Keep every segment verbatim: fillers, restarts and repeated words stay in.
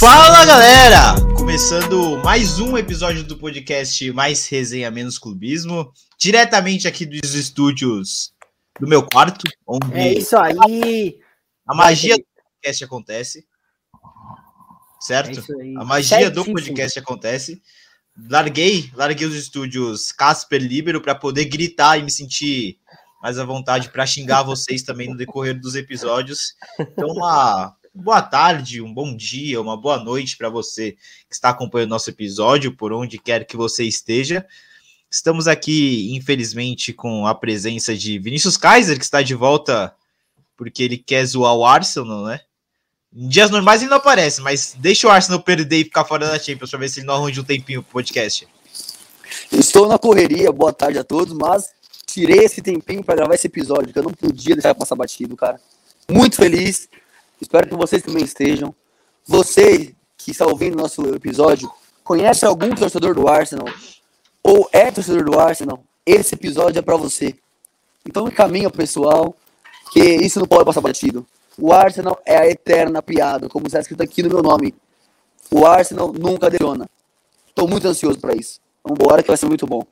Fala galera! Começando mais um episódio do podcast Mais Resenha Menos Clubismo, diretamente aqui dos estúdios do meu quarto, onde é isso aí. a magia do podcast acontece, certo? É isso aí. A magia Certíssimo. do podcast acontece. Larguei, larguei os estúdios Casper Libero para poder gritar e me sentir mais à vontade para xingar vocês também no decorrer dos episódios. Então, uma boa tarde, um bom dia, uma boa noite para você que está acompanhando nosso episódio, por onde quer que você esteja. Estamos aqui, infelizmente, com a presença de Vinícius Kaiser, que está de volta porque ele quer zoar o Arsenal, né? Em dias normais ele não aparece, mas deixa o Arsenal perder e ficar fora da Champions para ver se ele não arranja um tempinho pro podcast. Estou na correria, boa tarde a todos, mas tirei esse tempinho para gravar esse episódio, que eu não podia deixar passar batido, cara. Muito feliz, espero que vocês também estejam. Você que está ouvindo nosso episódio, conhece algum torcedor do Arsenal? Ou é torcedor do Arsenal? Esse episódio é para você. Então encaminha o pessoal, que isso não pode passar batido. O Arsenal é a eterna piada, como está escrito aqui no meu nome. O Arsenal nunca derrota. Estou muito ansioso para isso. Vamos embora que vai ser muito bom.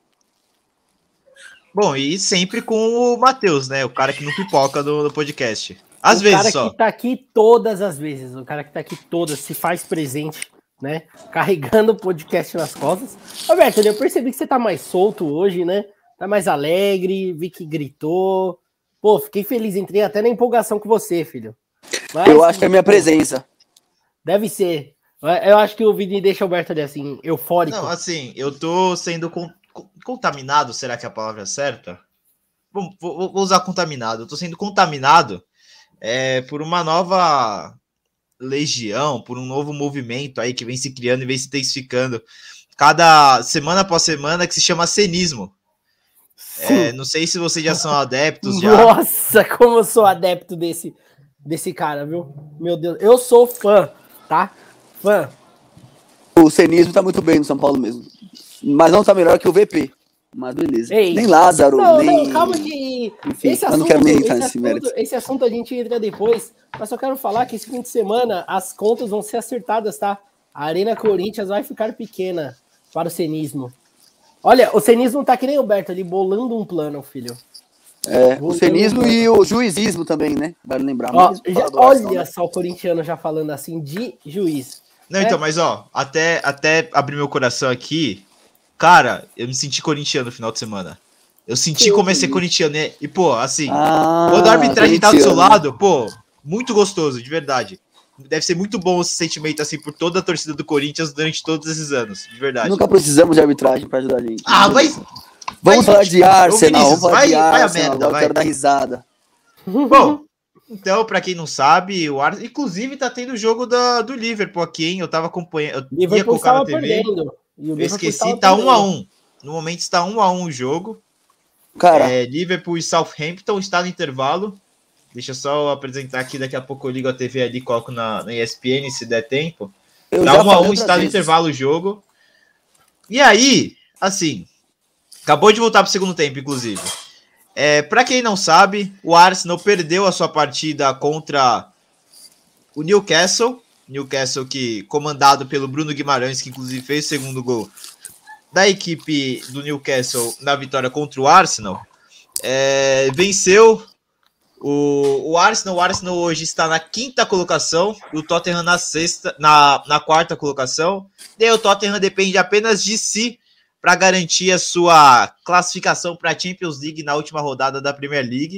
Bom, e sempre com o Matheus, né? O cara que não pipoca do, do podcast. Às o vezes só. O cara que tá aqui todas as vezes. O cara que tá aqui todas, se faz presente, né? Carregando o podcast nas costas. Roberto, eu percebi que você tá mais solto hoje, né? Tá mais alegre, vi que gritou. Pô, fiquei feliz, entrei até na empolgação com você, filho. Mas, eu acho que é a minha presença. Deve ser. Eu acho que o Vini deixa o Alberto ali assim, eufórico. Não, assim, eu tô sendo con- contaminado, será que a palavra é certa? Vou, vou, vou usar contaminado. Eu tô sendo contaminado é, por uma nova legião, por um novo movimento aí que vem se criando e vem se intensificando cada semana após semana, que se chama cenismo. É, não sei se vocês já são adeptos. Já. Nossa, como eu sou adepto desse, desse cara, viu? Meu Deus, eu sou fã, tá? Fã. O cenismo tá muito bem no São Paulo mesmo. Mas não tá melhor que o V P. Mas beleza. Ei, nem Lázaro, não, nem... Não, calma que... Enfim, esse eu assunto, não quero nem esse, entrar nesse assunto, mérito. esse assunto a gente entra depois, mas só quero falar que esse fim de semana as contas vão ser acertadas, tá? A Arena Corinthians vai ficar pequena para o cenismo. Olha, o cenismo tá que nem o Berto ali, bolando um plano, filho. É, bolando o cenismo um e o juizismo também, né? Vale lembrar. Ó, já, olha Arsenal, só né? O corintiano já falando assim de juiz. Não, é? Então, mas ó, até, até abrir meu coração aqui, cara, eu me senti corintiano no final de semana. Eu senti que como é ser corintiano, né? E, pô, assim, ah, quando a arbitragem tá do seu lado, pô, muito gostoso, de verdade. Deve ser muito bom esse sentimento, assim, por toda a torcida do Corinthians durante todos esses anos, de verdade. Nunca precisamos de arbitragem pra ajudar a gente. Ah, mas... Vamos vai, falar de Arsenal, vamos falar vai, de Arsenal, vai a merda, eu vai. quero dar risada. Bom, então, pra quem não sabe, o Arsenal, inclusive, tá tendo o jogo da, do Liverpool aqui, hein? Eu tava acompanhando, eu ia colocar na T V, perdendo, eu esqueci, tá um a um. No momento está um a um o jogo. Cara, é, Liverpool e Southampton está no intervalo. Deixa eu só apresentar aqui, daqui a pouco eu ligo a T V ali, coloco na, na E S P N se der tempo. Tá um a um, está no intervalo o jogo. E aí, assim, acabou de voltar pro segundo tempo, inclusive. É, para quem não sabe, o Arsenal perdeu a sua partida contra o Newcastle. Newcastle que, comandado pelo Bruno Guimarães, que inclusive fez o segundo gol da equipe do Newcastle na vitória contra o Arsenal. É, venceu o, o Arsenal. O Arsenal hoje está na quinta colocação e o Tottenham na sexta, na, na quarta colocação. E aí o Tottenham depende apenas de si para garantir a sua classificação para a Champions League na última rodada da Premier League.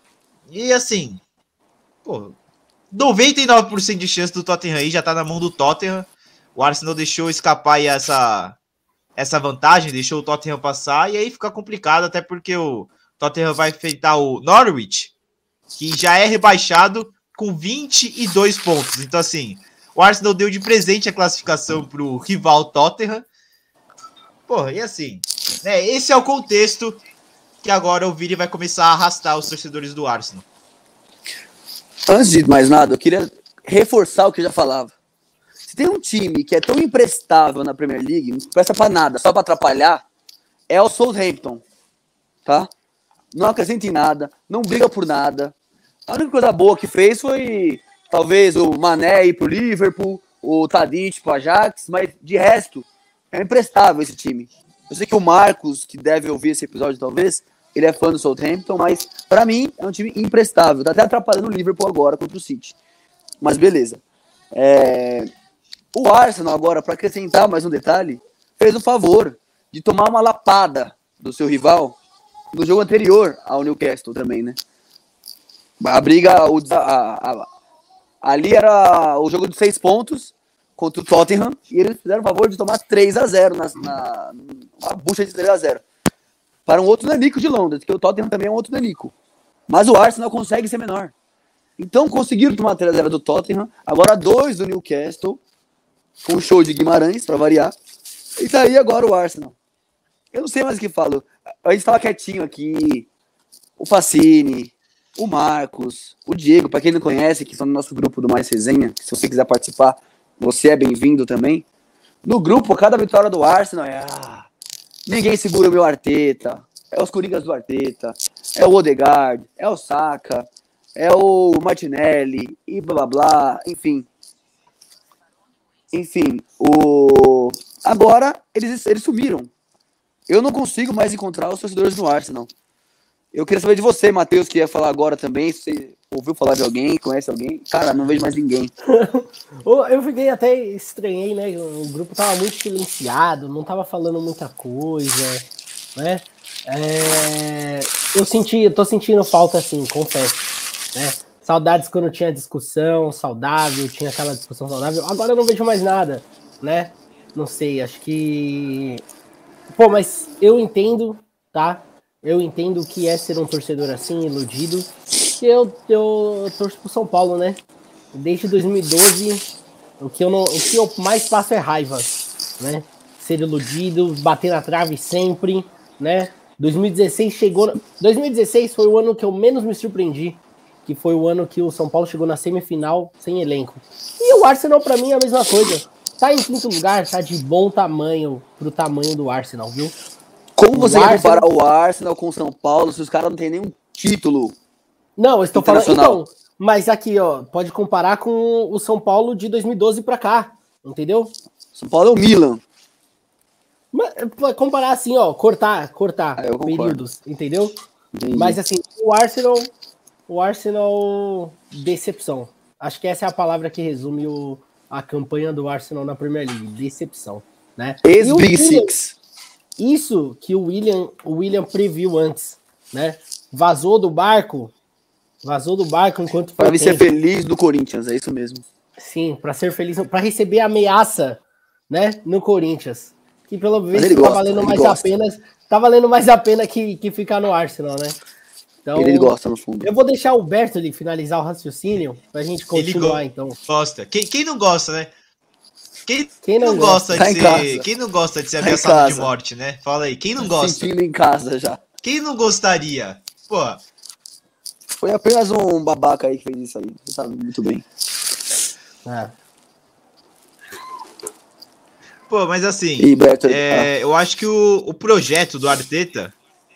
E assim, pô, noventa e nove por cento de chance do Tottenham aí, já está na mão do Tottenham. O Arsenal deixou escapar aí essa, essa vantagem, deixou o Tottenham passar, e aí fica complicado, até porque o Tottenham vai enfrentar o Norwich, que já é rebaixado com vinte e dois pontos. Então assim, o Arsenal deu de presente a classificação para o rival Tottenham. Porra, e assim, né, esse é o contexto que agora o Vini vai começar a arrastar os torcedores do Arsenal. Antes de mais nada, eu queria reforçar o que eu já falava. Se tem um time que é tão imprestável na Premier League, não presta pra nada, só pra atrapalhar, é o Southampton, tá? Não acrescenta em nada, não briga por nada. A única coisa boa que fez foi, talvez, o Mané ir pro Liverpool, o Tadic pro Ajax, mas de resto, é imprestável esse time. Eu sei que o Marcos, que deve ouvir esse episódio talvez, ele é fã do Southampton, mas pra mim é um time imprestável. Tá até atrapalhando o Liverpool agora contra o City. Mas beleza. É... O Arsenal agora, para acrescentar mais um detalhe, fez o favor de tomar uma lapada do seu rival no jogo anterior ao Newcastle também, né? A briga, o, a, a, ali era o jogo de seis pontos contra o Tottenham e eles fizeram o favor de tomar três a zero na, na, na bucha de três a zero para um outro nanico de Londres, que o Tottenham também é um outro nanico. Mas o Arsenal consegue ser menor. Então conseguiram tomar três a zero do Tottenham, agora dois do Newcastle, com um show de Guimarães, para variar. E tá aí agora o Arsenal. Eu não sei mais o que falo. A gente tava quietinho aqui. O Facini, o Marcos, o Diego, para quem não conhece, que são no nosso grupo do Mais Resenha, se você quiser participar, você é bem-vindo também. No grupo, cada vitória do Arsenal é... Ah, ninguém segura o meu Arteta. É os Coringas do Arteta. É o Odegaard. É o Saka. É o Martinelli. E blá blá blá. Enfim. Enfim. O... Agora, eles, eles sumiram. Eu não consigo mais encontrar os torcedores do Arsenal. Eu queria saber de você, Matheus, que ia falar agora também. Se você ouviu falar de alguém, conhece alguém? Cara, não vejo mais ninguém. Eu fiquei até estranhei, né? O grupo tava muito silenciado, não tava falando muita coisa, né? É... Eu senti, eu tô sentindo falta, assim, confesso, né? Saudades quando tinha discussão saudável, tinha aquela discussão saudável. Agora eu não vejo mais nada, né? Não sei, acho que... Pô, mas eu entendo, tá? Eu entendo o que é ser um torcedor assim, iludido. Eu, eu torço pro São Paulo, né? Desde dois mil e doze, o que eu, não, o que eu mais passo é raiva, né? Ser iludido, bater na trave sempre, né? dois mil e dezesseis chegou... dois mil e dezesseis foi o ano que eu menos me surpreendi, que foi o ano que o São Paulo chegou na semifinal sem elenco. E o Arsenal, pra mim, é a mesma coisa. Tá em quinto lugar, tá de bom tamanho pro tamanho do Arsenal, viu? Como você vai comparar o Arsenal com o São Paulo se os caras não tem nenhum título? Não, eu estou falando... Então, mas aqui, ó, pode comparar com o São Paulo de dois mil e doze pra cá, entendeu? São Paulo é o Milan. Mas, comparar assim, ó, cortar, cortar ah, períodos, entendeu? Entendi. Mas assim, o Arsenal, o Arsenal, decepção. Acho que essa é a palavra que resume o, a campanha do Arsenal na Premier League, decepção, né? Ex-Big Six. Isso que o William, o William previu antes, né? Vazou do barco, vazou do barco enquanto... Para ser feliz do Corinthians, é isso mesmo. Sim, para ser feliz, para receber ameaça, né, no Corinthians. Que pelo visto tá valendo mais a pena, tá valendo mais a pena que, que ficar no Arsenal, né? Então, ele gosta, no fundo. Eu vou deixar o Bertoli finalizar o raciocínio pra gente continuar, ele então. Gosta. Quem, quem não gosta, né? Quem, quem não, não gosta, gosta de tá ser, quem não gosta de ser tá ameaçado de morte, né? Fala aí, quem não gosta? Sentindo em casa já. Quem não gostaria? Pô. Foi apenas um babaca aí que fez isso aí. Você sabe muito bem. É. Pô, mas assim, e, Bertoli, é, ah. eu acho que o, o projeto do Arteta...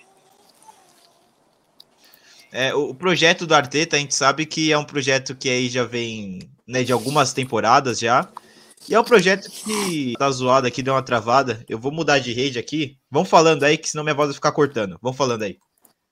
É, o, o projeto do Arteta, a gente sabe que é um projeto que aí já vem, né, de algumas temporadas já. E é um projeto que tá zoado aqui, deu uma travada. Eu vou mudar de rede aqui. Vão falando aí, que senão minha voz vai ficar cortando. Vão falando aí.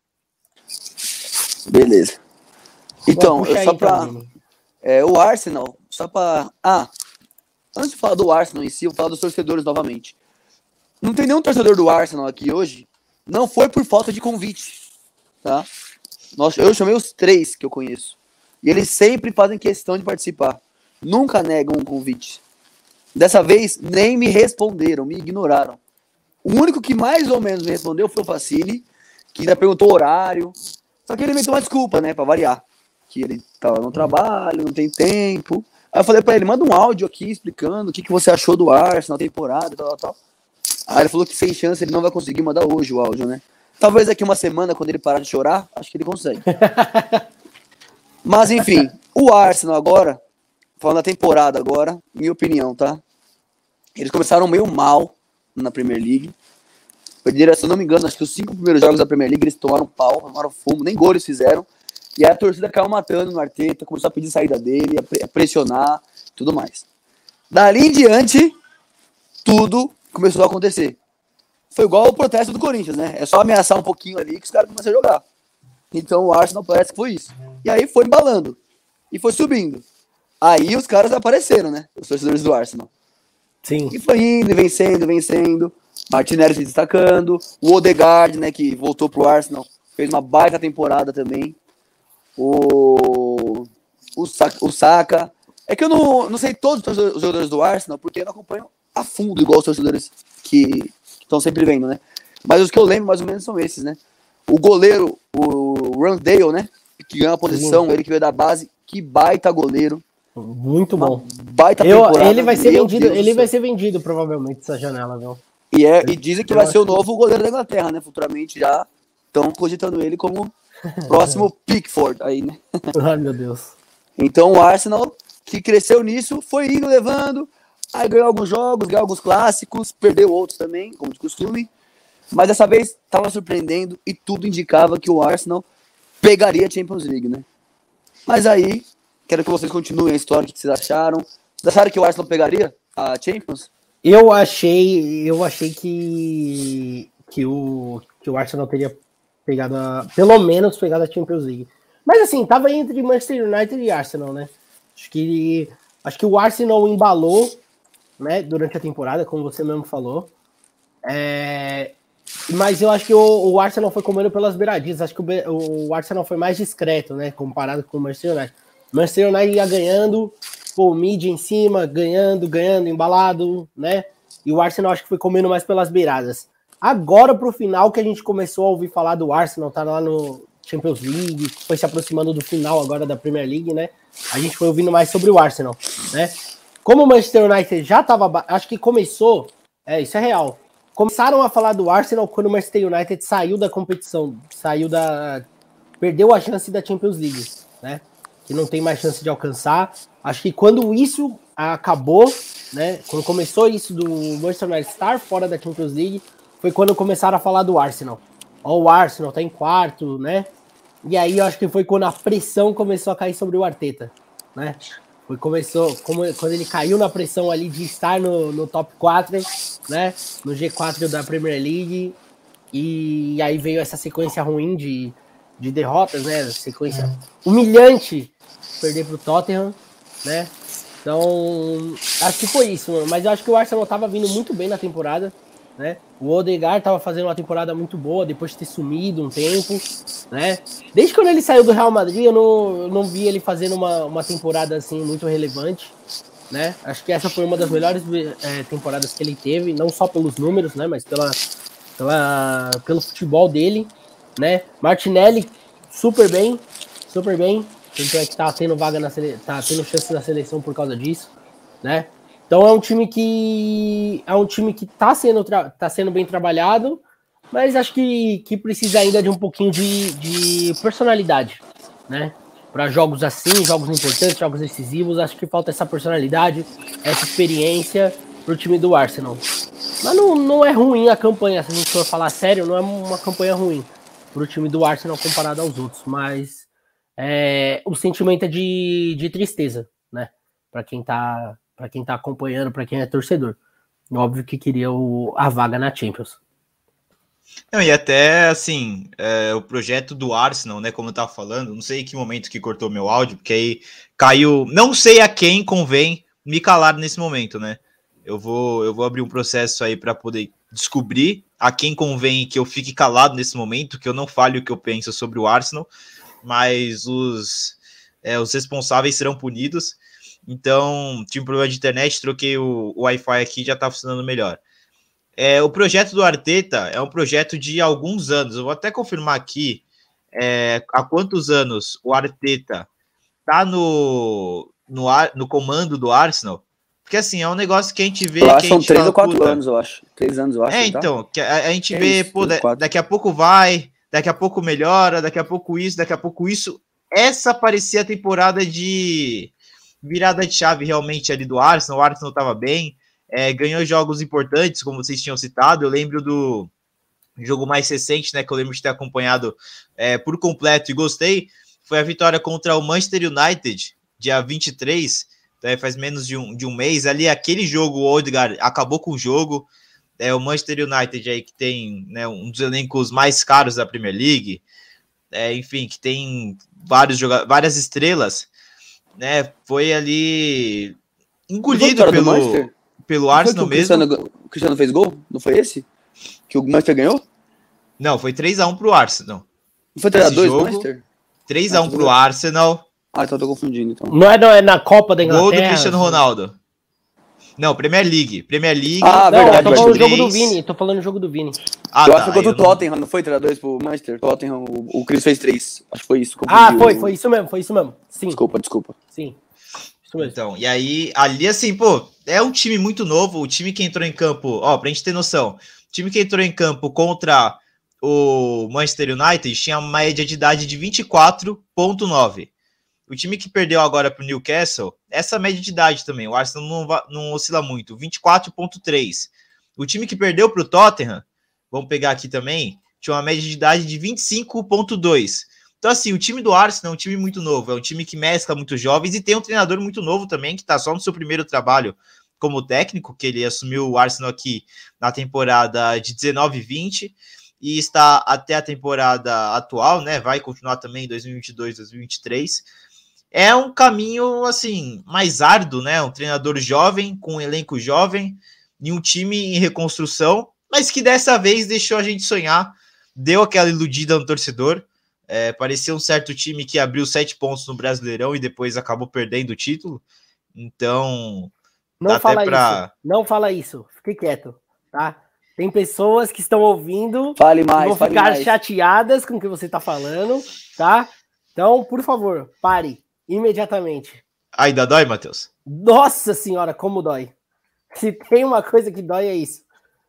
Beleza. Então, Bom, só pra... É, o Arsenal, só pra... Ah, antes de falar do Arsenal em si, eu vou falar dos torcedores novamente. Não tem nenhum torcedor do Arsenal aqui hoje. Não foi por falta de convite, tá? Nossa, eu chamei os três que eu conheço. E eles sempre fazem questão de participar. Nunca negam um convite. Dessa vez, nem me responderam, me ignoraram. O único que mais ou menos me respondeu foi o Facili, que ainda perguntou o horário. Só que ele inventou uma desculpa, né, pra variar. Que ele tava no trabalho, não tem tempo. Aí eu falei pra ele, manda um áudio aqui explicando o que, que você achou do Arsenal, temporada, tal, tal. Aí ele falou que sem chance ele não vai conseguir mandar hoje o áudio, né. Talvez daqui uma semana, quando ele parar de chorar, acho que ele consegue. Mas, enfim, o Arsenal agora, falando da temporada agora, minha opinião, tá? Eles começaram meio mal na Premier League. Perderam, se eu não me engano, acho que os cinco primeiros jogos da Premier League eles tomaram pau, tomaram fumo, nem gol eles fizeram. E aí a torcida caiu matando no Arteta, começou a pedir saída dele, a pressionar, tudo mais. Dali em diante, tudo começou a acontecer. Foi igual o protesto do Corinthians, né? É só ameaçar um pouquinho ali que os caras começam a jogar. Então o Arsenal parece que foi isso. E aí foi embalando. E foi subindo. Aí os caras apareceram, né? Os torcedores do Arsenal. Sim. E foi indo, e vencendo, vencendo. Martinelli se destacando. O Odegaard, né, que voltou pro Arsenal, fez uma baita temporada também. O, o, Sa... o Saka. É que eu não, não sei todos os jogadores do Arsenal, porque eu não acompanho a fundo, igual os torcedores que estão sempre vendo, né? Mas os que eu lembro, mais ou menos, são esses, né? O goleiro, o Ramsdale, né? Que ganhou a posição, Sim. ele que veio da base. Que baita goleiro. Muito bom. Baita eu, temporada. Ele vai ser vendido, ele vai ser vendido provavelmente essa janela, viu? E, é, e dizem que vai ser o novo goleiro da Inglaterra, né? Futuramente já estão cogitando ele como próximo Pickford aí, né? Ai, meu Deus. Então o Arsenal, que cresceu nisso, foi indo levando, aí ganhou alguns jogos, ganhou alguns clássicos, perdeu outros também, como de costume. Mas dessa vez estava surpreendendo e tudo indicava que o Arsenal pegaria a Champions League, né? Mas aí, quero que vocês continuem a história, o que vocês acharam. Vocês acharam que o Arsenal pegaria a Champions? Eu achei, eu achei que, que, o, que o Arsenal teria pegado, a, pelo menos pegado a Champions League. Mas assim, tava entre Manchester United e Arsenal, né? Acho que, acho que o Arsenal embalou, né, durante a temporada, como você mesmo falou. É, mas eu acho que o, o Arsenal foi comendo pelas beiradinhas. Acho que o, o Arsenal foi mais discreto, né, comparado com o Manchester United. O Manchester United ia ganhando, pô, o mid em cima, ganhando, ganhando, embalado, né? E o Arsenal acho que foi comendo mais pelas beiradas. Agora, pro final, que a gente começou a ouvir falar do Arsenal, tá lá no Champions League, foi se aproximando do final agora da Premier League, né? A gente foi ouvindo mais sobre o Arsenal, né? Como o Manchester United já tava... Acho que começou... É, isso é real. Começaram a falar do Arsenal quando o Manchester United saiu da competição, saiu da... Perdeu a chance da Champions League, né? Que não tem mais chance de alcançar. Acho que quando isso acabou, né? Quando começou isso do Manchester United estar fora da Champions League, foi quando começaram a falar do Arsenal. Ó, o Arsenal tá em quarto, né? E aí eu acho que foi quando a pressão começou a cair sobre o Arteta, né? Foi, começou, como, quando ele caiu na pressão ali de estar no, no top quatro, né? No G quatro da Premier League. E aí veio essa sequência ruim de, de derrotas, né? Sequência humilhante, perder pro Tottenham, né? Então, acho que foi isso, mano. Mas eu acho que o Arsenal tava vindo muito bem na temporada, né? O Odegaard tava fazendo uma temporada muito boa depois de ter sumido um tempo, né? Desde quando ele saiu do Real Madrid, eu não, eu não vi ele fazendo uma, uma temporada assim muito relevante, né? Acho que essa foi uma das melhores é, temporadas que ele teve, não só pelos números, né? Mas pela, pela, pelo futebol dele, né? Martinelli, super bem, super bem. Tanto é que tá tendo vaga na sele... tá tendo chance na seleção por causa disso, né? Então é um time que é um time que tá sendo, tra... tá sendo bem trabalhado, mas acho que, que precisa ainda de um pouquinho de, de personalidade, né? Para jogos assim, jogos importantes, jogos decisivos, acho que falta essa personalidade, essa experiência pro time do Arsenal. Mas não, não é ruim a campanha, se a gente for falar sério, não é uma campanha ruim pro time do Arsenal comparado aos outros, mas é, o sentimento é de, de tristeza, né? Para quem tá para quem tá acompanhando, para quem é torcedor. Óbvio que queria o, a vaga na Champions. Não, e até, assim, é, o projeto do Arsenal, né, como eu tava falando, não sei em que momento que cortou meu áudio, porque aí caiu... Não sei a quem convém me calar nesse momento, né? Eu vou, eu vou abrir um processo aí para poder descobrir a quem convém que eu fique calado nesse momento, que eu não fale o que eu penso sobre o Arsenal, mas os, é, os responsáveis serão punidos. Então, tive um problema de internet, troquei o, o Wi-Fi aqui e já tá funcionando melhor. É, o projeto do Arteta é um projeto de alguns anos. Eu vou até confirmar aqui é, há quantos anos o Arteta tá no, no, no comando do Arsenal. Porque assim, é um negócio que a gente vê... Eu acho que que são três fala, ou quatro puta, anos, eu acho. Três anos, eu acho. É, então, tá? que a, a gente é vê, isso, pô, da, daqui a pouco vai, daqui a pouco melhora, daqui a pouco isso, daqui a pouco isso. Essa parecia a temporada de virada de chave realmente ali do Arsenal. O Arsenal estava bem, é, ganhou jogos importantes, como vocês tinham citado. Eu lembro do jogo mais recente, né, que eu lembro de ter acompanhado é, por completo e gostei, foi a vitória contra o Manchester United, dia vinte e três, é, faz menos de um, de um mês. Ali, aquele jogo, o Odegaard acabou com o jogo. É, o Manchester United aí que tem, né, um dos elencos mais caros da Premier League, é, enfim, que tem vários joga- várias estrelas, né, foi ali engolido pelo, pelo Arsenal o mesmo. Cristiano, o Cristiano fez gol? Não foi esse? Que o Manchester ganhou? Não, foi três a um pro Arsenal. Não foi três a dois pro Manchester? três a um ah, pro Arsenal. Ah, então eu tô confundindo. Então. Não, é, não é na Copa da Inglaterra? Gol do Cristiano Ronaldo. Não, Premier League. Premier League. Ah, não, verdade. Tô falando do jogo do Vini. Tô falando do jogo do Vini. Ah, eu tá, acho que contra o Tottenham, não... não foi três a dois pro Manchester? Tottenham, o, o Chris fez três. Acho que foi isso. Ah, foi, foi isso mesmo, foi isso mesmo. Sim. Desculpa, desculpa. Sim. Isso mesmo. Então, e aí, ali assim, pô, é um time muito novo. O time que entrou em campo, ó, pra gente ter noção, o time que entrou em campo contra o Manchester United tinha uma média de idade de vinte e quatro vírgula nove. O time que perdeu agora para o Newcastle, essa média de idade também, o Arsenal não, não oscila muito, vinte e quatro vírgula três. O time que perdeu para o Tottenham, vamos pegar aqui também, tinha uma média de idade de vinte e cinco vírgula dois. Então assim, o time do Arsenal é um time muito novo, é um time que mescla muitos jovens e tem um treinador muito novo também, que está só no seu primeiro trabalho como técnico, que ele assumiu o Arsenal aqui na temporada de dezenove vinte e está até a temporada atual, né? Vai continuar também em dois mil e vinte e dois, dois mil e vinte e três. É um caminho, assim, mais árduo, né? Um treinador jovem, com um elenco jovem, e um time em reconstrução, mas que dessa vez deixou a gente sonhar, deu aquela iludida no torcedor. É, parecia um certo time que abriu sete pontos no Brasileirão e depois acabou perdendo o título. Então, não fala pra... isso, não fala isso, fique quieto, tá? Tem pessoas que estão ouvindo, fale mais, vão fale ficar mais. chateadas com o que você está falando, tá? Então, por favor, pare. Imediatamente. Ainda dói, Matheus? Nossa senhora, como dói. Se tem uma coisa que dói, é isso.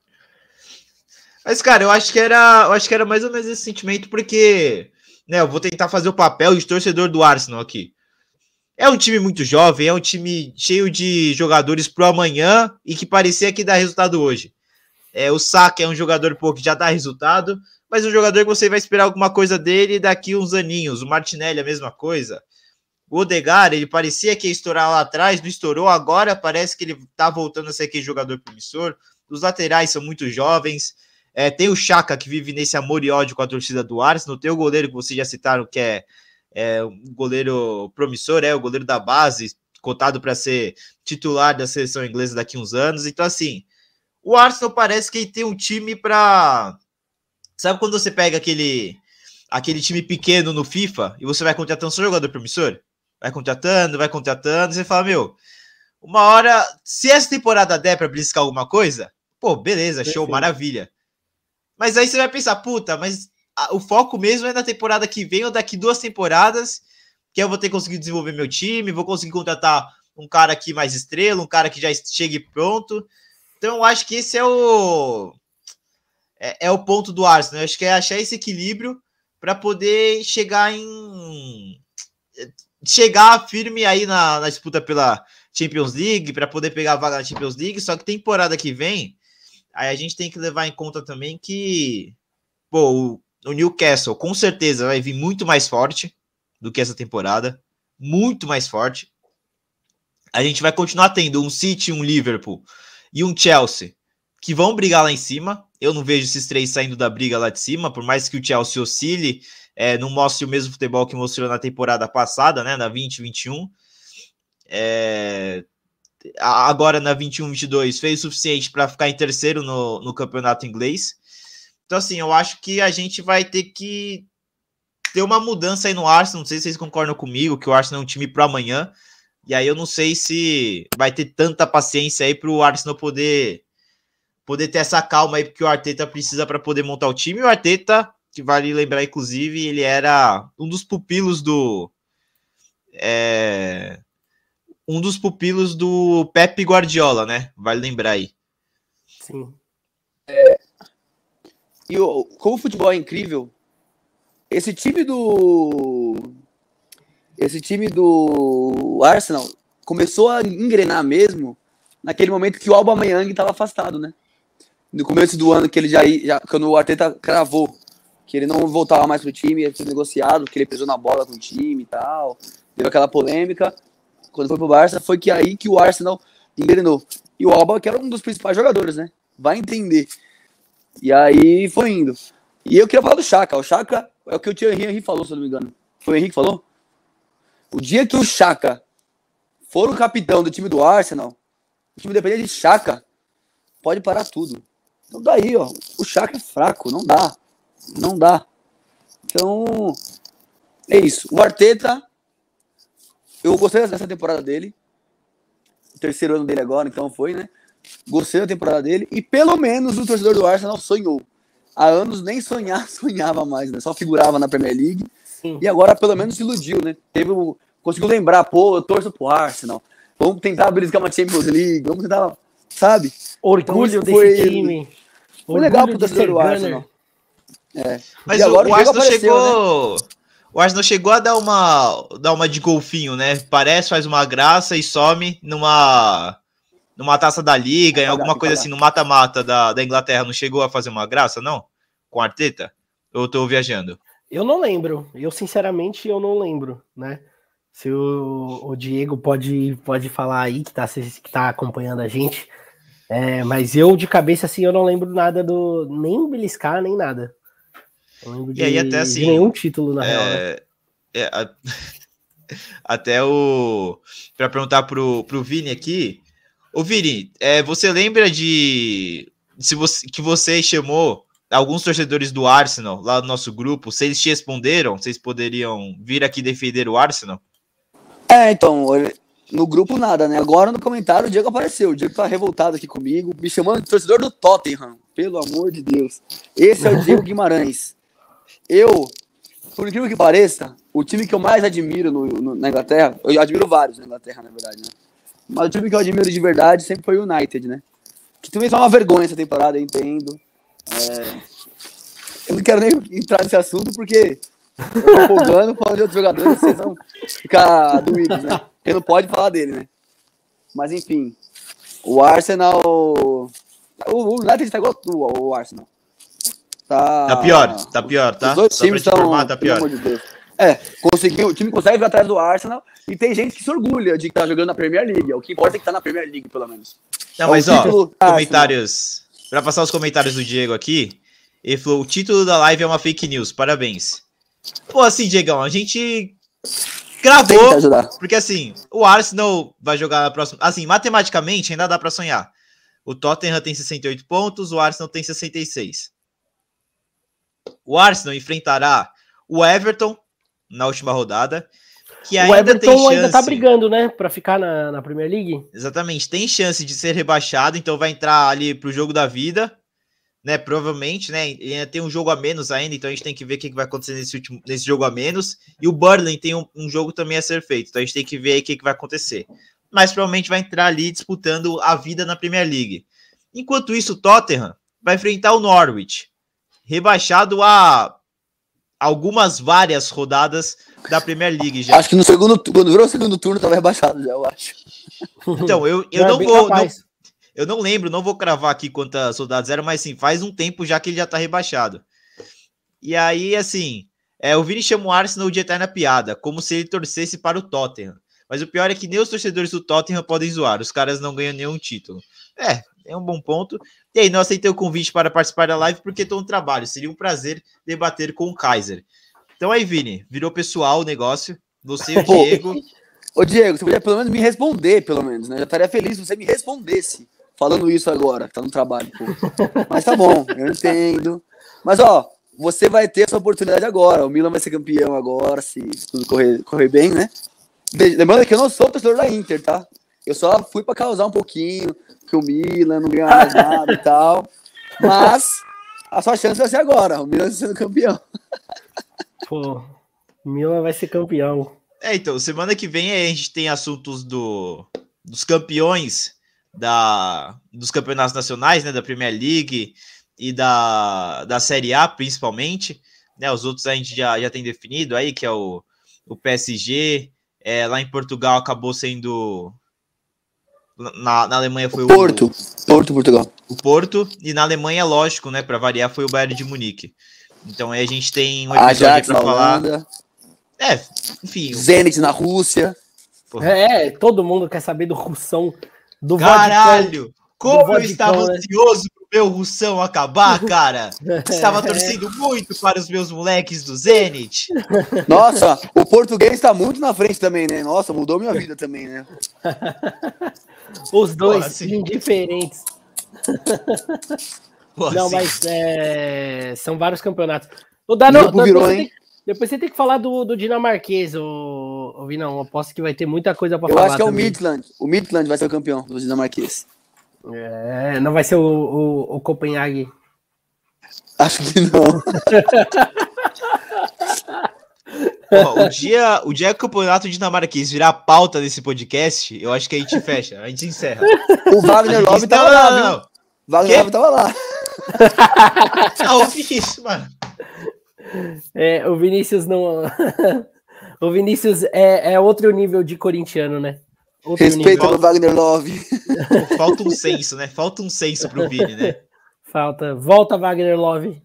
Mas, cara, eu acho que era, eu acho que era mais ou menos esse sentimento, porque, né, eu vou tentar fazer o papel de torcedor do Arsenal aqui. É um time muito jovem, é um time cheio de jogadores pro amanhã e que parecia que dá resultado hoje. É, o Saka é um jogador pô, que já dá resultado, mas um jogador que você vai esperar alguma coisa dele daqui uns aninhos. O Martinelli, a mesma coisa. O Odegaard, ele parecia que ia estourar lá atrás, não estourou, agora parece que ele tá voltando a ser aquele jogador promissor. Os laterais são muito jovens, é, tem o Xhaka que vive nesse amor e ódio com a torcida do Arsenal, tem o goleiro que vocês já citaram, que é, é um goleiro promissor, é o goleiro da base, cotado para ser titular da seleção inglesa daqui uns anos. Então assim, o Arsenal parece que tem um time para... Sabe quando você pega aquele, aquele time pequeno no FIFA e você vai contratando só jogador promissor? Vai contratando, vai contratando, você fala, meu, uma hora, se essa temporada der pra beliscar alguma coisa, pô, beleza, show, Perfeito. Maravilha. Mas aí você vai pensar, puta, mas a, o foco mesmo é na temporada que vem ou daqui duas temporadas, que eu vou ter que conseguir desenvolver meu time, vou conseguir contratar um cara aqui mais estrela, um cara que já chegue pronto. Então eu acho que esse é o é, é o ponto do Arsenal, eu acho que é achar esse equilíbrio para poder chegar em... chegar firme aí na, na disputa pela Champions League, para poder pegar a vaga na Champions League, só que temporada que vem, aí a gente tem que levar em conta também que, pô, o, o Newcastle com certeza vai vir muito mais forte do que essa temporada, muito mais forte. A gente vai continuar tendo um City, um Liverpool e um Chelsea que vão brigar lá em cima. Eu não vejo esses três saindo da briga lá de cima, por mais que o Chelsea oscile, É, não mostre o mesmo futebol que mostrou na temporada passada, né, na vinte vinte e um. É, agora na vinte e um vinte e dois fez o suficiente para ficar em terceiro no, no campeonato inglês. Então, assim, eu acho que a gente vai ter que ter uma mudança aí no Arsenal. Não sei se vocês concordam comigo, que o Arsenal é um time para amanhã. E aí eu não sei se vai ter tanta paciência aí para o Arsenal poder, poder ter essa calma aí que o Arteta precisa para poder montar o time. E o Arteta, que vale lembrar, inclusive, ele era um dos pupilos do... É, um dos pupilos do Pep Guardiola, né? Vale lembrar aí. Sim. É, e o, como o futebol é incrível, esse time do... Esse time do Arsenal começou a engrenar mesmo naquele momento que o Aubameyang estava afastado, né? No começo do ano, que ele já, já quando o Arteta cravou que ele não voltava mais pro time, ia ser negociado, porque ele pesou na bola com o time e tal, deu aquela polêmica. quando foi pro Barça, foi que aí que o Arsenal engrenou. E o Alba, que era um dos principais jogadores, né? Vai entender. E aí foi indo. E eu queria falar do Xhaka. O Xhaka é o que o Thierry Henry falou, se eu não me engano. Foi o Henry que falou? O dia que o Xhaka for o capitão do time do Arsenal, o time dependente de Xhaka, pode parar tudo. Então daí, ó, o Xhaka é fraco, não dá. Não dá. Então, é isso. O Arteta, eu gostei dessa temporada dele. O terceiro ano dele agora, então foi, né? Gostei da temporada dele. E pelo menos o torcedor do Arsenal sonhou. Há anos nem sonhar, sonhava mais, né? Só figurava na Premier League. Sim. E agora pelo menos se iludiu, né? Teve o, conseguiu lembrar, pô, eu torço pro Arsenal. Vamos tentar beliscar uma Champions League. Vamos tentar, sabe? Orgulho então, foi, desse time. Foi Orgulho legal pro torcedor do Arsenal. É. Mas o, o Arsenal chegou... Né? O Arsenal chegou a dar uma, dar uma de golfinho, né? Parece, faz uma graça e some numa, numa taça da Liga, em alguma coisa assim, no mata-mata da, da Inglaterra. Não chegou a fazer uma graça, não? Com o Arteta? Ou eu tô viajando? Eu não lembro. Eu, sinceramente, eu não lembro, né? Se o, o Diego pode, pode falar aí, que tá, que tá acompanhando a gente. É, mas eu, de cabeça, assim, eu não lembro nada do... Nem beliscar, nem nada. Eu lembro de, e aí até assim, de nenhum título, na é, real, né? É, a, até o... Pra perguntar pro, pro Vini aqui. Ô, Vini, é, você lembra de... Se você, que você chamou alguns torcedores do Arsenal lá no nosso grupo? Se eles te responderam, vocês poderiam vir aqui defender o Arsenal? É, então... No grupo nada, né? Agora no comentário o Diego apareceu. O Diego tá revoltado aqui comigo, me chamando de torcedor do Tottenham. Pelo amor de Deus. Esse é o Diego Guimarães. Eu, por incrível que pareça, o time que eu mais admiro no, no, na Inglaterra, eu admiro vários na Inglaterra, na verdade, né? Mas o time que eu admiro de verdade sempre foi o United, né? Que também foi uma vergonha essa temporada, eu entendo. É... Eu não quero nem entrar nesse assunto porque eu tô empolgando falando de outros jogadores, vocês vão ficar doídos, né? Porque não pode falar dele, né? Mas enfim, o Arsenal... O United tá igual o Arsenal. Tá... tá pior, tá pior, tá? Os dois Só times estão... tá pior. De é, conseguiu, o time consegue vir atrás do Arsenal e tem gente que se orgulha de estar tá jogando na Premier League. O que importa é que tá na Premier League, pelo menos. Não, mas é ó, comentários... Pra passar os comentários do Diego aqui, ele falou, o título da live é uma fake news, parabéns. Pô, assim, Diegão, a gente... Gravou, porque assim, o Arsenal vai jogar na próxima... Assim, matematicamente ainda dá pra sonhar. O Tottenham tem sessenta e oito pontos, o Arsenal tem sessenta e seis. O Arsenal enfrentará o Everton na última rodada, que ainda o Everton tem chance... ainda tá brigando, né, pra ficar na, na Premier League. Exatamente, tem chance de ser rebaixado, então vai entrar ali pro jogo da vida, né, provavelmente, né, e ainda tem um jogo a menos ainda, então a gente tem que ver o que vai acontecer nesse, último, nesse jogo a menos, e o Burnley tem um, um jogo também a ser feito, então a gente tem que ver aí o que, que vai acontecer. Mas provavelmente vai entrar ali disputando a vida na Premier League. Enquanto isso, o Tottenham vai enfrentar o Norwich, rebaixado a algumas várias rodadas da Premier League já. Acho que no segundo, quando virou o segundo turno, estava rebaixado já, eu acho. Então, eu, eu não vou... Não, eu não lembro, não vou cravar aqui quantas rodadas eram, mas sim, faz um tempo já que ele já tá rebaixado. E aí, assim, é, o Vini chama o Arsenal de eterna piada, como se ele torcesse para o Tottenham. Mas o pior é que nem os torcedores do Tottenham podem zoar, os caras não ganham nenhum título. É, é um bom ponto. E aí, não aceitei o convite para participar da live porque estou no trabalho. Seria um prazer debater com o Kaiser. Então aí, Vini, virou pessoal o negócio. Você e o Diego. Ô, Diego, você podia pelo menos me responder, pelo menos, né? Eu estaria feliz se você me respondesse falando isso agora, que tá no trabalho, pô. Mas tá bom, eu entendo. Mas, ó, você vai ter essa oportunidade agora. O Milan vai ser campeão agora, se tudo correr, correr bem, né? Lembrando que eu não sou torcedor da Inter, tá? Eu só fui pra causar um pouquinho, que o Milan não ganha mais nada e tal. Mas a sua chance vai ser agora, o Milan sendo campeão. Pô, o Milan vai ser campeão. É, então, semana que vem a gente tem assuntos do, dos campeões da, dos campeonatos nacionais, né, da Premier League e da, da Série A, principalmente. Né, os outros a gente já, já tem definido aí, que é o, o P S G. É, lá em Portugal acabou sendo... Na, na Alemanha foi o Porto. O Porto, Portugal. O Porto. E na Alemanha, lógico, né? Para variar, foi o Bayern de Munique. Então aí a gente tem um episódio para falar. É, enfim. Zenit na Rússia. Porra. É, todo mundo quer saber do Russão, do Caralho! Vodicão, como do eu Vodicão, estava né? ansioso pro meu Russão acabar, cara! Estava torcendo muito para os meus moleques do Zenit. Nossa, o português está muito na frente também, né? Nossa, mudou minha vida também, né? Os dois, assim... indiferentes. Pô, Não, assim... mas é... são vários campeonatos. O Dano, o virou, você hein? Tem... Depois você tem que falar do, do dinamarquês, o, o Vinão. Eu aposto que vai ter muita coisa para falar. Eu acho que é também. o Midland. O Midland vai ser o campeão do dinamarquês. É, não vai ser o, o, o Copenhague. Acho que não. Ó, o, dia, o dia que o campeonato dinamarquês virar pauta desse podcast, eu acho que a gente fecha, a gente encerra. O Wagner Love tava não, lá, não, não. O Wagner Love tava lá. Ah, eu vi isso, mano. É, o Vinícius não... o Vinícius é, é outro nível de corintiano, né? Outro Respeita o Wagner Love. Falta um senso, né? Falta um senso pro Vini, né? Falta. Volta, Wagner Love.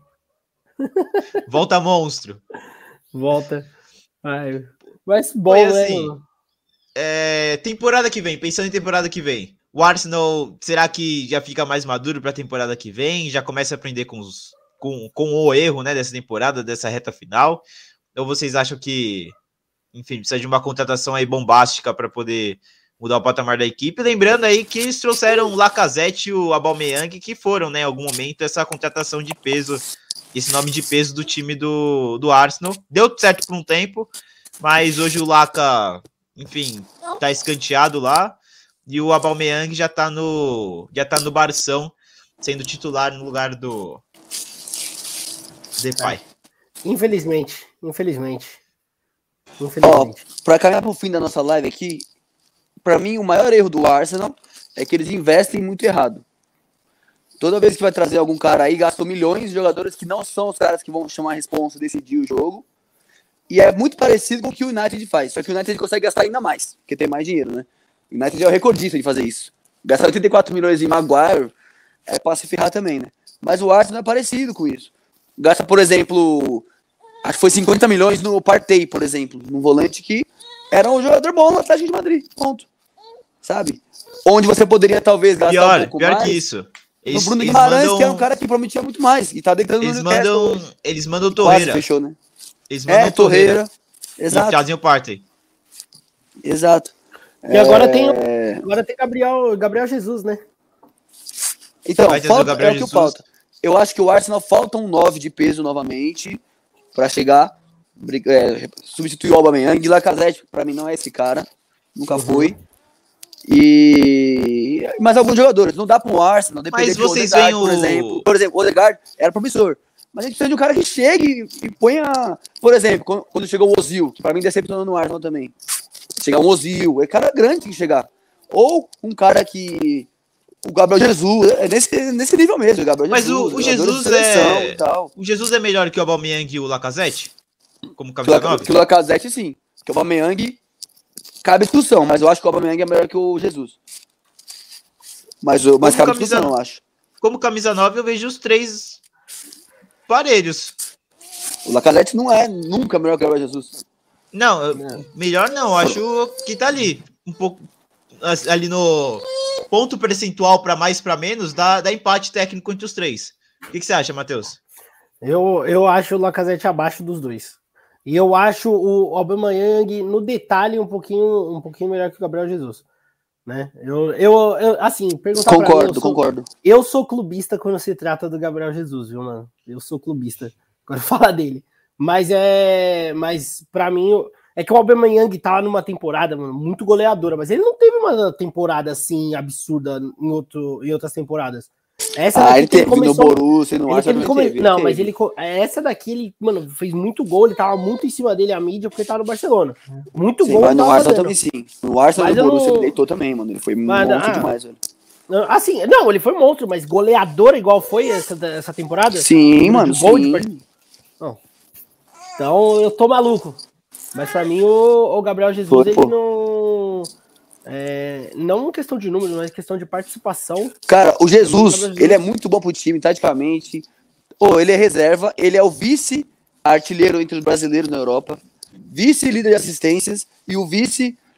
Volta, monstro. Volta. Ai, mas bom, Foi assim, né? É, temporada que vem, pensando em temporada que vem, o Arsenal, será que já fica mais maduro pra temporada que vem? Já começa a aprender com os... Com, com o erro, né, dessa temporada, dessa reta final, ou vocês acham que, enfim, precisa de uma contratação aí bombástica para poder mudar o patamar da equipe? Lembrando aí que eles trouxeram o Lacazette e o Aubameyang, que foram, né, em algum momento, essa contratação de peso, esse nome de peso do time do, do Arsenal. Deu certo por um tempo, mas hoje o Laca, enfim, tá escanteado lá, e o Aubameyang já tá no, já tá no Barção, sendo titular no lugar do Depay. Infelizmente, infelizmente. Infelizmente. Ó, pra caminhar pro fim da nossa live aqui, pra mim o maior erro do Arsenal é que eles investem muito errado. Toda vez que vai trazer algum cara aí, gastam milhões de jogadores que não são os caras que vão chamar a responsa, decidir o jogo. E é muito parecido com o que o United faz. Só que o United consegue gastar ainda mais, porque tem mais dinheiro, né? O United é o recordista de fazer isso. Gastar oitenta e quatro milhões em Maguire é pra se ferrar também, né? Mas o Arsenal é parecido com isso. Gasta, por exemplo, acho que foi cinquenta milhões no Partey, por exemplo, num volante que era um jogador bom no Atlético de Madrid, ponto. Sabe? Onde você poderia talvez gastar pior, um pouco pior mais. Pior que isso. Eles, no Bruno Guimarães, mandam... que era um cara que prometia muito mais, e tá deitando eles no mandam, hoje. Eles mandam Torreira. Quase fechou, né? Eles mandam é, Torreira. Torreira. Exato. E trazem o Partey. Exato. E agora é... tem agora tem Gabriel, Gabriel Jesus, né? Então, falta, é o que falta. Eu acho que o Arsenal falta um nove de peso novamente para chegar, é, substituir o Aubameyang. Lacazette, para mim, não é esse cara. Nunca uhum. foi. E... Mas alguns jogadores. Não dá para o Arsenal depender Mas de vocês Odegaard, o... por exemplo. Por exemplo, o Odegaard era promissor. Mas a gente precisa de um cara que chegue e ponha... Por exemplo, quando chegou o Ozil, que para mim decepcionou no Arsenal também. Chegar um Ozil, é cara grande que tem que chegar. Ou um cara que... O Gabriel Jesus, é nesse, nesse nível mesmo, o Gabriel Mas Jesus. Mas o, o Jesus é... E tal. O Jesus é melhor que o Aubameyang e o Lacazette? Como camisa nove? Que o Lacazette, sim. Que o Aubameyang cabe discussão, mas eu acho que o Aubameyang é melhor que o Jesus. Mas, mas cabe camisa, discussão, eu acho. Como camisa nove, eu vejo os três parelhos. O Lacazette não é nunca melhor que o Gabriel Jesus. Não, eu, melhor não. Acho que tá ali. Um pouco ali no... ponto percentual para mais para menos dá, dá empate técnico entre os três. O que, que você acha, Matheus? Eu, eu acho o Lacazette abaixo dos dois. E eu acho o Aubameyang no detalhe um pouquinho, um pouquinho melhor que o Gabriel Jesus. Né? Eu, eu, eu assim, perguntar Concordo, pra mim, eu sou, concordo. Eu sou clubista quando se trata do Gabriel Jesus, viu, mano? Eu sou clubista quando fala dele. Mas é. Mas pra mim. É que o Aubameyang tá numa temporada, mano, muito goleadora, mas ele não teve uma temporada assim absurda em, outro, em outras temporadas. Essa ah, ele teve ele começou, no Borussia, não acho que ele come... Não, mas ele essa daqui ele, mano, fez muito gol, ele tava muito em cima dele a mídia porque tava no Barcelona. Muito sim, gol. Mas no Arsenal também sim. No Arsenal mas do Borussia não... ele deitou também, mano. Ele foi mas, monstro ah, demais, velho. Assim, não, ele foi monstro, mas goleador igual foi essa, essa temporada? Sim, mano, gol sim. De... Não. Então eu tô maluco. Mas pra mim o, o Gabriel Jesus, foi, ele pô. não... É, não questão de número, mas questão de participação. Cara, o Jesus, o ele é muito bom pro time, taticamente. Oh, ele é reserva, ele é o vice-artilheiro entre os brasileiros na Europa, vice-líder de assistências e o vice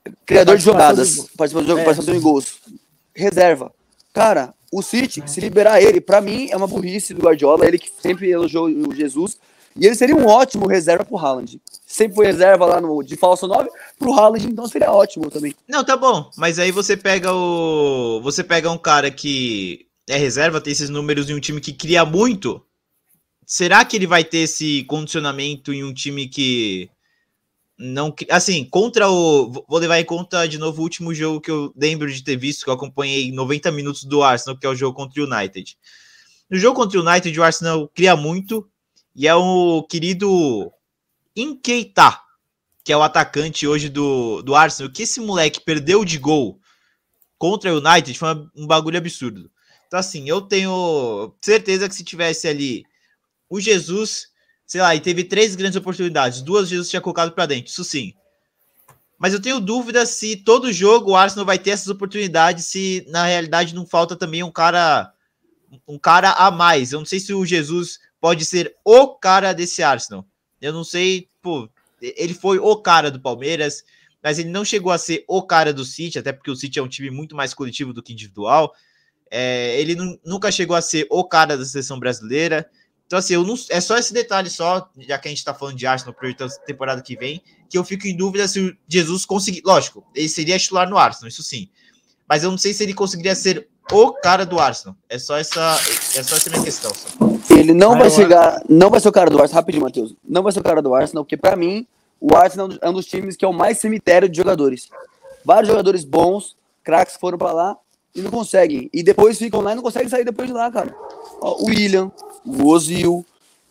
Criador de jogadas, de... participação de jogo, é. participação em gols. Reserva. Cara, o City, se liberar ele, pra mim, é uma burrice do Guardiola, ele que sempre elogiou o Jesus, e ele seria um ótimo reserva pro Haaland. Sempre foi reserva lá no, de falso nove pro Haaland, então seria ótimo também. Não, tá bom, mas aí você pega o... Você pega um cara que é reserva, tem esses números em um time que cria muito, será que ele vai ter esse condicionamento em um time que... Não, assim, contra o... Vou levar em conta de novo o último jogo que eu lembro de ter visto, que eu acompanhei noventa minutos do Arsenal, que é o jogo contra o United. No jogo contra o United, o Arsenal cria muito, e é o querido Nketiah, que é o atacante hoje do, do Arsenal, que esse moleque perdeu de gol contra o United, foi um bagulho absurdo. Então, assim, eu tenho certeza que se tivesse ali o Jesus... sei lá, e teve três grandes oportunidades, duas Jesus tinha colocado pra dentro, isso sim. Mas eu tenho dúvida se todo jogo o Arsenal vai ter essas oportunidades, se na realidade não falta também um cara um cara a mais. Eu não sei se o Jesus pode ser o cara desse Arsenal. Eu não sei, pô, ele foi o cara do Palmeiras, mas ele não chegou a ser o cara do City, até porque o City é um time muito mais coletivo do que individual. É, ele não, nunca chegou a ser o cara da seleção brasileira. Então, assim, eu não, é só esse detalhe só, já que a gente tá falando de Arsenal para a temporada que vem, que eu fico em dúvida se o Jesus conseguir... Lógico, ele seria titular no Arsenal, isso sim. Mas eu não sei se ele conseguiria ser o cara do Arsenal. É só essa, é só essa minha questão. Só. Ele não vai chegar... Não vai ser o cara do Arsenal. Rapidinho, Matheus. Não vai ser o cara do Arsenal, porque pra mim, o Arsenal é um dos times que é o mais cemitério de jogadores. Vários jogadores bons, craques foram pra lá e não conseguem. E depois ficam lá e não conseguem sair depois de lá, cara. Ó, o William... O Ozil,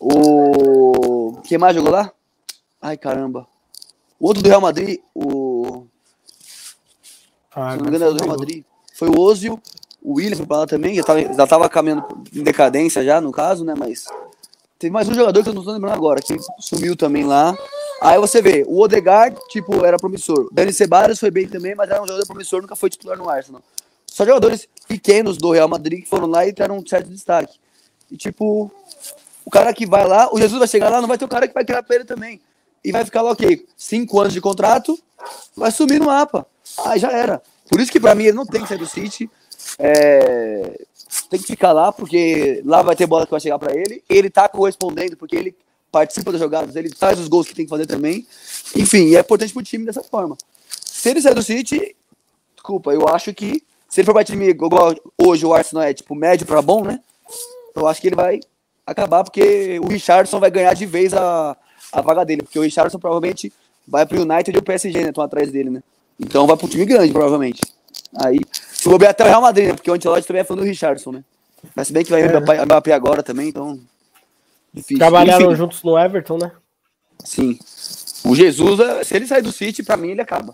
o... Quem mais jogou lá? Ai, caramba. O outro do Real Madrid, o... Ah, se não me engano, era do Real Madrid. Foi o Ozil, o William foi pra lá também, já tava, já tava caminhando em decadência já, no caso, né, mas... Teve mais um jogador que eu não tô lembrando agora, que sumiu também lá. Aí você vê, o Odegaard, tipo, era promissor. O Dani Ceballos foi bem também, mas era um jogador promissor, nunca foi titular no Arsenal. Só jogadores pequenos do Real Madrid que foram lá e deram um certo destaque. E, tipo, o cara que vai lá, o Jesus vai chegar lá, não vai ter o cara que vai criar pra ele também. E vai ficar lá, o quê? Cinco anos de contrato, vai sumir no mapa. Aí já era. Por isso que, pra mim, ele não tem que sair do City. É... Tem que ficar lá, porque lá vai ter bola que vai chegar pra ele. Ele tá correspondendo, porque ele participa das jogadas, ele faz os gols que tem que fazer também. Enfim, é importante pro time dessa forma. Se ele sair do City, desculpa, eu acho que, se ele for pra time igual hoje o Arsenal é, tipo, médio pra bom, né? Eu acho que ele vai acabar, porque o Richarlison vai ganhar de vez a, a vaga dele, porque o Richarlison provavelmente vai pro United e o P S G, né? Estão atrás dele, né? Então vai pro time grande, provavelmente. Aí, se for bem até o Real Madrid, né? Porque o Ancelotti também é fã do Richarlison, né? Mas se bem que vai é. Mbappé agora também, então... Difícil. Trabalharam Enfim, juntos no Everton, né? Sim. O Jesus, se ele sair do City, pra mim, ele acaba.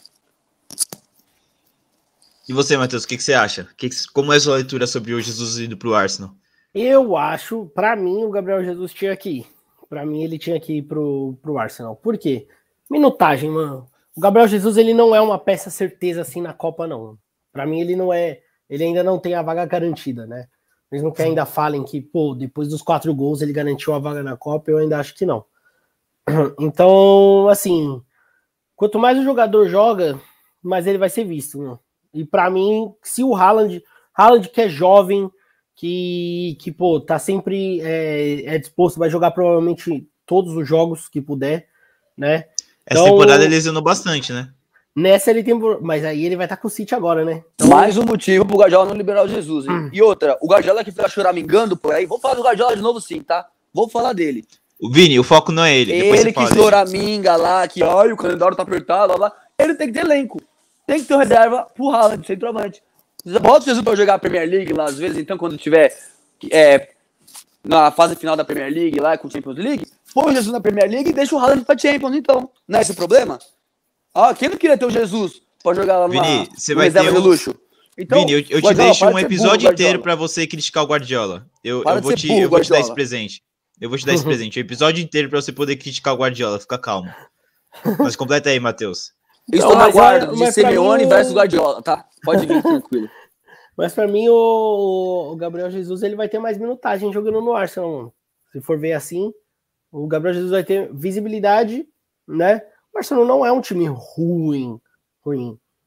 E você, Matheus, o que, que você acha? Que que, como é a sua leitura sobre o Jesus indo pro Arsenal? Eu acho, pra mim, o Gabriel Jesus tinha que ir. Pra mim, ele tinha que ir pro, pro Arsenal. Por quê? Minutagem, mano. O Gabriel Jesus, ele não é uma peça certeza assim na Copa, não. Pra mim, ele não é... Ele ainda não tem a vaga garantida, né? Mesmo que ainda falem que, pô, depois dos quatro gols ele garantiu a vaga na Copa, eu ainda acho que não. Então, assim, quanto mais o jogador joga, mais ele vai ser visto, né? E pra mim, se o Haaland... Haaland que é jovem... que, que pô, tá sempre é, é disposto, vai jogar provavelmente todos os jogos que puder, né? Essa então, temporada ele lesionou bastante, né? Nessa ele tem, mas aí ele vai estar tá com o City agora, né? Então, mais um motivo pro Guardiola não liberar o Jesus, hein? Hum. E outra, o Guardiola que fica choramingando por aí, vou falar do Guardiola de novo sim, tá? Vou faar dele. O Vini, o foco não é ele. Ele que choraminga lá, que olha, o calendário tá apertado, lá, lá. Ele tem que ter elenco. Tem que ter reserva pro Haaland, centroavante. Bota o Jesus pra jogar a Premier League lá, às vezes, então, quando tiver é, na fase final da Premier League, lá com o Champions League, põe o Jesus na Premier League e deixa o Haaland pra Champions, então. Não é esse o problema? Ah, quem não queria ter o Jesus pra jogar lá Vini, você vai ter de luxo? Então, Vini, eu, eu te deixo um episódio burro, inteiro pra você criticar o Guardiola. Eu, eu vou, te, burro, eu vou te dar esse presente. Eu vou te dar esse presente. Um episódio inteiro pra você poder criticar o Guardiola. Fica calmo. Mas completa aí, Matheus. Estou na guarda de Simeone mim... versus Guardiola, tá? Pode vir tranquilo. Mas pra mim, o, o Gabriel Jesus ele vai ter mais minutagem jogando no Arsenal, mano. Se for ver assim, o Gabriel Jesus vai ter visibilidade, né? O Arsenal não é um time ruim, ruim.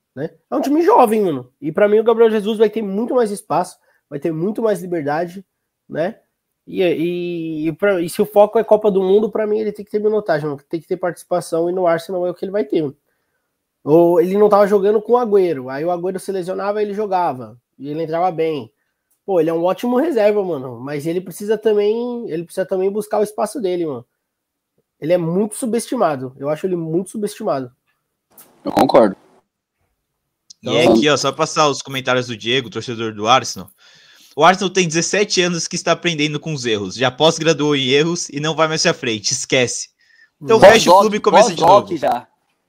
né? É um time jovem, mano. E pra mim o Gabriel Jesus vai ter muito mais espaço, vai ter muito mais liberdade, né? E, e, e, pra, e se o foco é Copa do Mundo, pra mim ele tem que ter minutagem, mano. Tem que ter participação, e no Arsenal é o que ele vai ter, mano. Ou ele não tava jogando com o Agüero, aí o Agüero se lesionava, ele jogava, e ele entrava bem. Pô, ele é um ótimo reserva, mano, mas ele precisa também, ele precisa também buscar o espaço dele, mano. Ele é muito subestimado, eu acho ele muito subestimado. Eu concordo. E é aqui, ó, só passar os comentários do Diego, torcedor do Arsenal. O Arsenal tem dezessete anos que está aprendendo com os erros. Já pós-graduou em erros e não vai mais à frente. Esquece. Então fecha o clube e começa de novo. Já.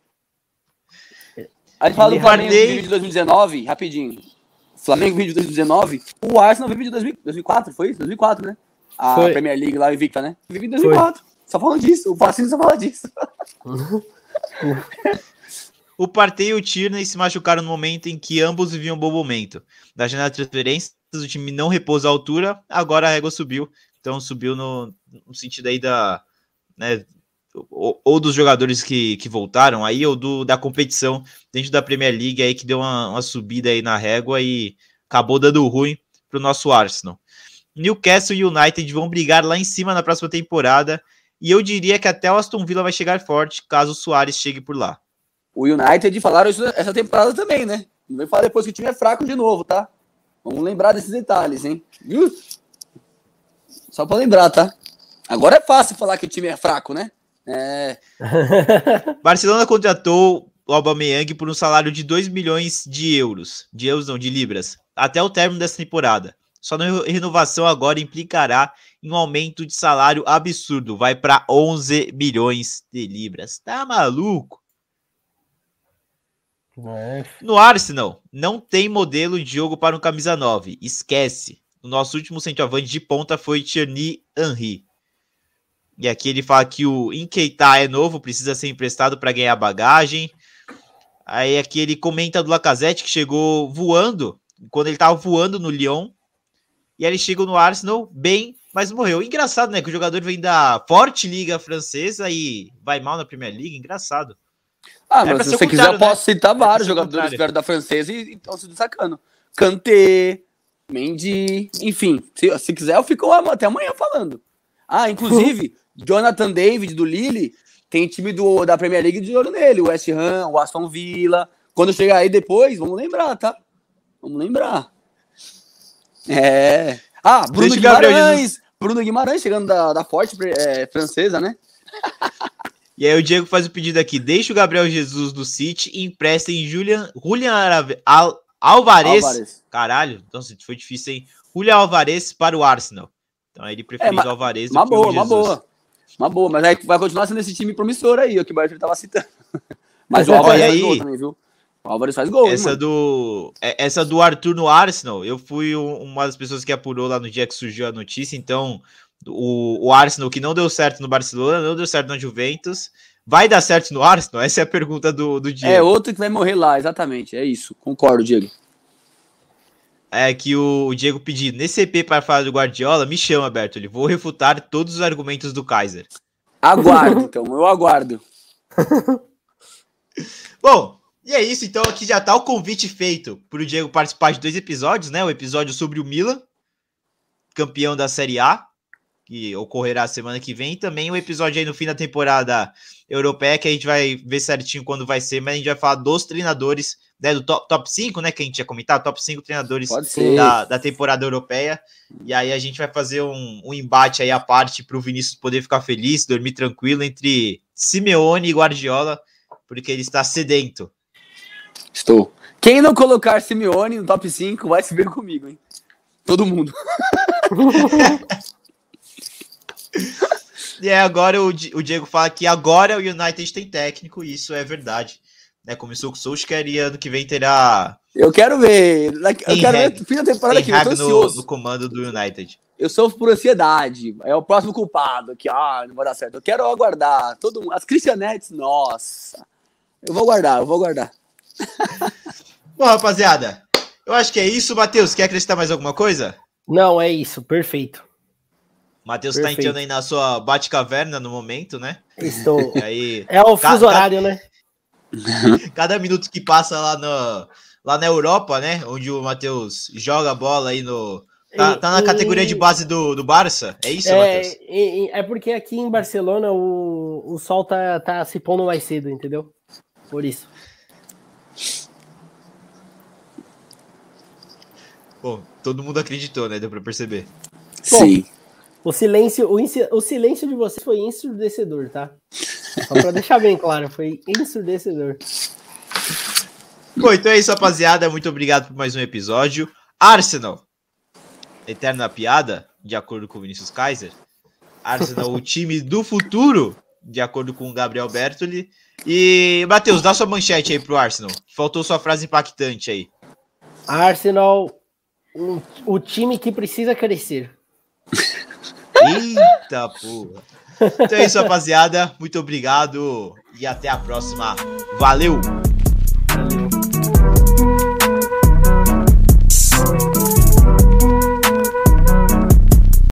A gente fala do Flamengo de dois mil e dezenove, rapidinho. Flamengo vive de dois mil e dezenove. O Arsenal vive de dois mil, dois mil e quatro, foi isso? dois mil e quatro, né? A foi. Premier League lá, invicta, né? Vive de dois mil e quatro. Foi. Só falando disso. O Passinho só fala disso. O Partey e o Tierney se machucaram no momento em que ambos viviam um bom momento. Na janela de transferências, o time não repousa a altura, agora a régua subiu. Então subiu no, no sentido aí da... Né, ou, ou dos jogadores que, que voltaram aí, ou do, da competição dentro da Premier League aí, que deu uma, uma subida aí na régua e acabou dando ruim pro nosso Arsenal. Newcastle e United vão brigar lá em cima na próxima temporada, e eu diria que até o Aston Villa vai chegar forte, caso o Suárez chegue por lá. O United falaram isso essa temporada também, né? Não vai falar depois que o time é fraco de novo, tá? Vamos lembrar desses detalhes, hein? Uh! Só pra lembrar, tá? Agora é fácil falar que o time é fraco, né? É. Barcelona contratou o Aubameyang por um salário de dois milhões de euros. De euros não, de libras. Até o término dessa temporada. Só na renovação agora implicará em um aumento de salário absurdo. Vai para onze milhões de libras. Tá maluco? É. No Arsenal, não tem modelo de jogo para um camisa nove. Esquece. O nosso último centroavante de ponta foi Thierry Henry. E aqui ele fala que o Nketiah é novo, precisa ser emprestado para ganhar bagagem. Aí aqui ele comenta do Lacazette, que chegou voando, quando ele estava voando no Lyon. E aí ele chegou no Arsenal bem, mas morreu. Engraçado, né? Que o jogador vem da forte liga francesa e vai mal na Premier League. Engraçado. Ah, mas se você quiser, eu posso né? citar vários jogadores que vieram da francesa e estão se destacando. Kanté, Mendy, enfim. Se, se quiser, eu fico até amanhã falando. Ah, inclusive, Jonathan David, do Lille, tem time do, da Premier League de olho nele. O West Ham, o Aston Villa. Quando chegar aí depois, vamos lembrar, tá? Vamos lembrar. É. Ah, Bruno Deixa Guimarães. Bruno Guimarães chegando da, da forte é, francesa, né? E aí o Diego faz o pedido aqui. Deixa o Gabriel Jesus do City e emprestem Julian, Julian Al, Alvarez. Alvarez. Caralho, então foi difícil, hein? Julian Alvarez para o Arsenal. Então ele preferiu é, o Alvarez do uma que boa, o Jesus. Uma boa, uma boa. Mas aí vai continuar sendo esse time promissor aí, o que o Bartolomeu tava citando. Mas o Alvarez faz gol também, viu? O Alvarez faz gol, essa hein, do Essa do Arthur no Arsenal, eu fui uma das pessoas que apurou lá no dia que surgiu a notícia, então o, o Arsenal que não deu certo no Barcelona, não deu certo na Juventus, vai dar certo no Arsenal? Essa é a pergunta do, do Diego. É outro que vai morrer lá, exatamente, é isso, concordo, Diego. É que o, o Diego pediu, nesse E P para falar do Guardiola, me chama, Bertoli, vou refutar todos os argumentos do Kaiser. Aguardo, então, eu aguardo. Bom, e é isso, então aqui já tá o convite feito para o Diego participar de dois episódios, né? O episódio sobre o Milan, campeão da Série A, que ocorrerá semana que vem, e também o episódio aí no fim da temporada europeia, que a gente vai ver certinho quando vai ser, mas a gente vai falar dos treinadores, né, do top, top cinco, né, que a gente ia comentar, top cinco treinadores da, da temporada europeia, e aí a gente vai fazer um, um embate aí à parte para o Vinícius poder ficar feliz, dormir tranquilo entre Simeone e Guardiola, porque ele está sedento. Estou. Quem não colocar Simeone no top cinco vai se ver comigo, hein? Todo mundo. E é, agora o, o Diego fala que agora o United tem técnico, e isso é verdade. Né, começou com o Solskjaer e ano que vem terá... Eu quero ver. Eu quero ver no fim da temporada que vem. Eu tô ansioso. No, no comando do United. Eu sofro por ansiedade. É o próximo culpado. Que ah, não vai dar certo. Eu quero aguardar. Todo mundo. As Christianettes, nossa. Eu vou aguardar, eu vou aguardar. Bom, rapaziada, eu acho que é isso. Matheus, quer acrescentar mais alguma coisa? Não, é isso, perfeito. Matheus tá entrando aí na sua Bate-Caverna no momento, né? Estou. Aí, é o fuso horário, né? Cada minuto que passa lá, no, lá na Europa, né? Onde o Matheus joga a bola aí no... Tá, tá na e, categoria de base do, do Barça? É isso, é, Matheus? É, é porque aqui em Barcelona o, o sol tá, tá se pondo mais cedo, entendeu? Por isso. Bom, todo mundo acreditou, né? Deu pra perceber. Bom, sim. O silêncio, o, o silêncio de vocês foi ensurdecedor, tá? Só pra deixar bem claro, foi ensurdecedor. Bom, então é isso, rapaziada. Muito obrigado por mais um episódio. Arsenal. Eterna piada, de acordo com o Vinícius Kaiser. Arsenal, o time do futuro, de acordo com o Gabriel Bertoli. E, Matheus, dá sua manchete aí pro Arsenal. Faltou sua frase impactante aí. Arsenal, um, o time que precisa crescer. Eita, porra. Então é isso, rapaziada. Muito obrigado e até a próxima. Valeu!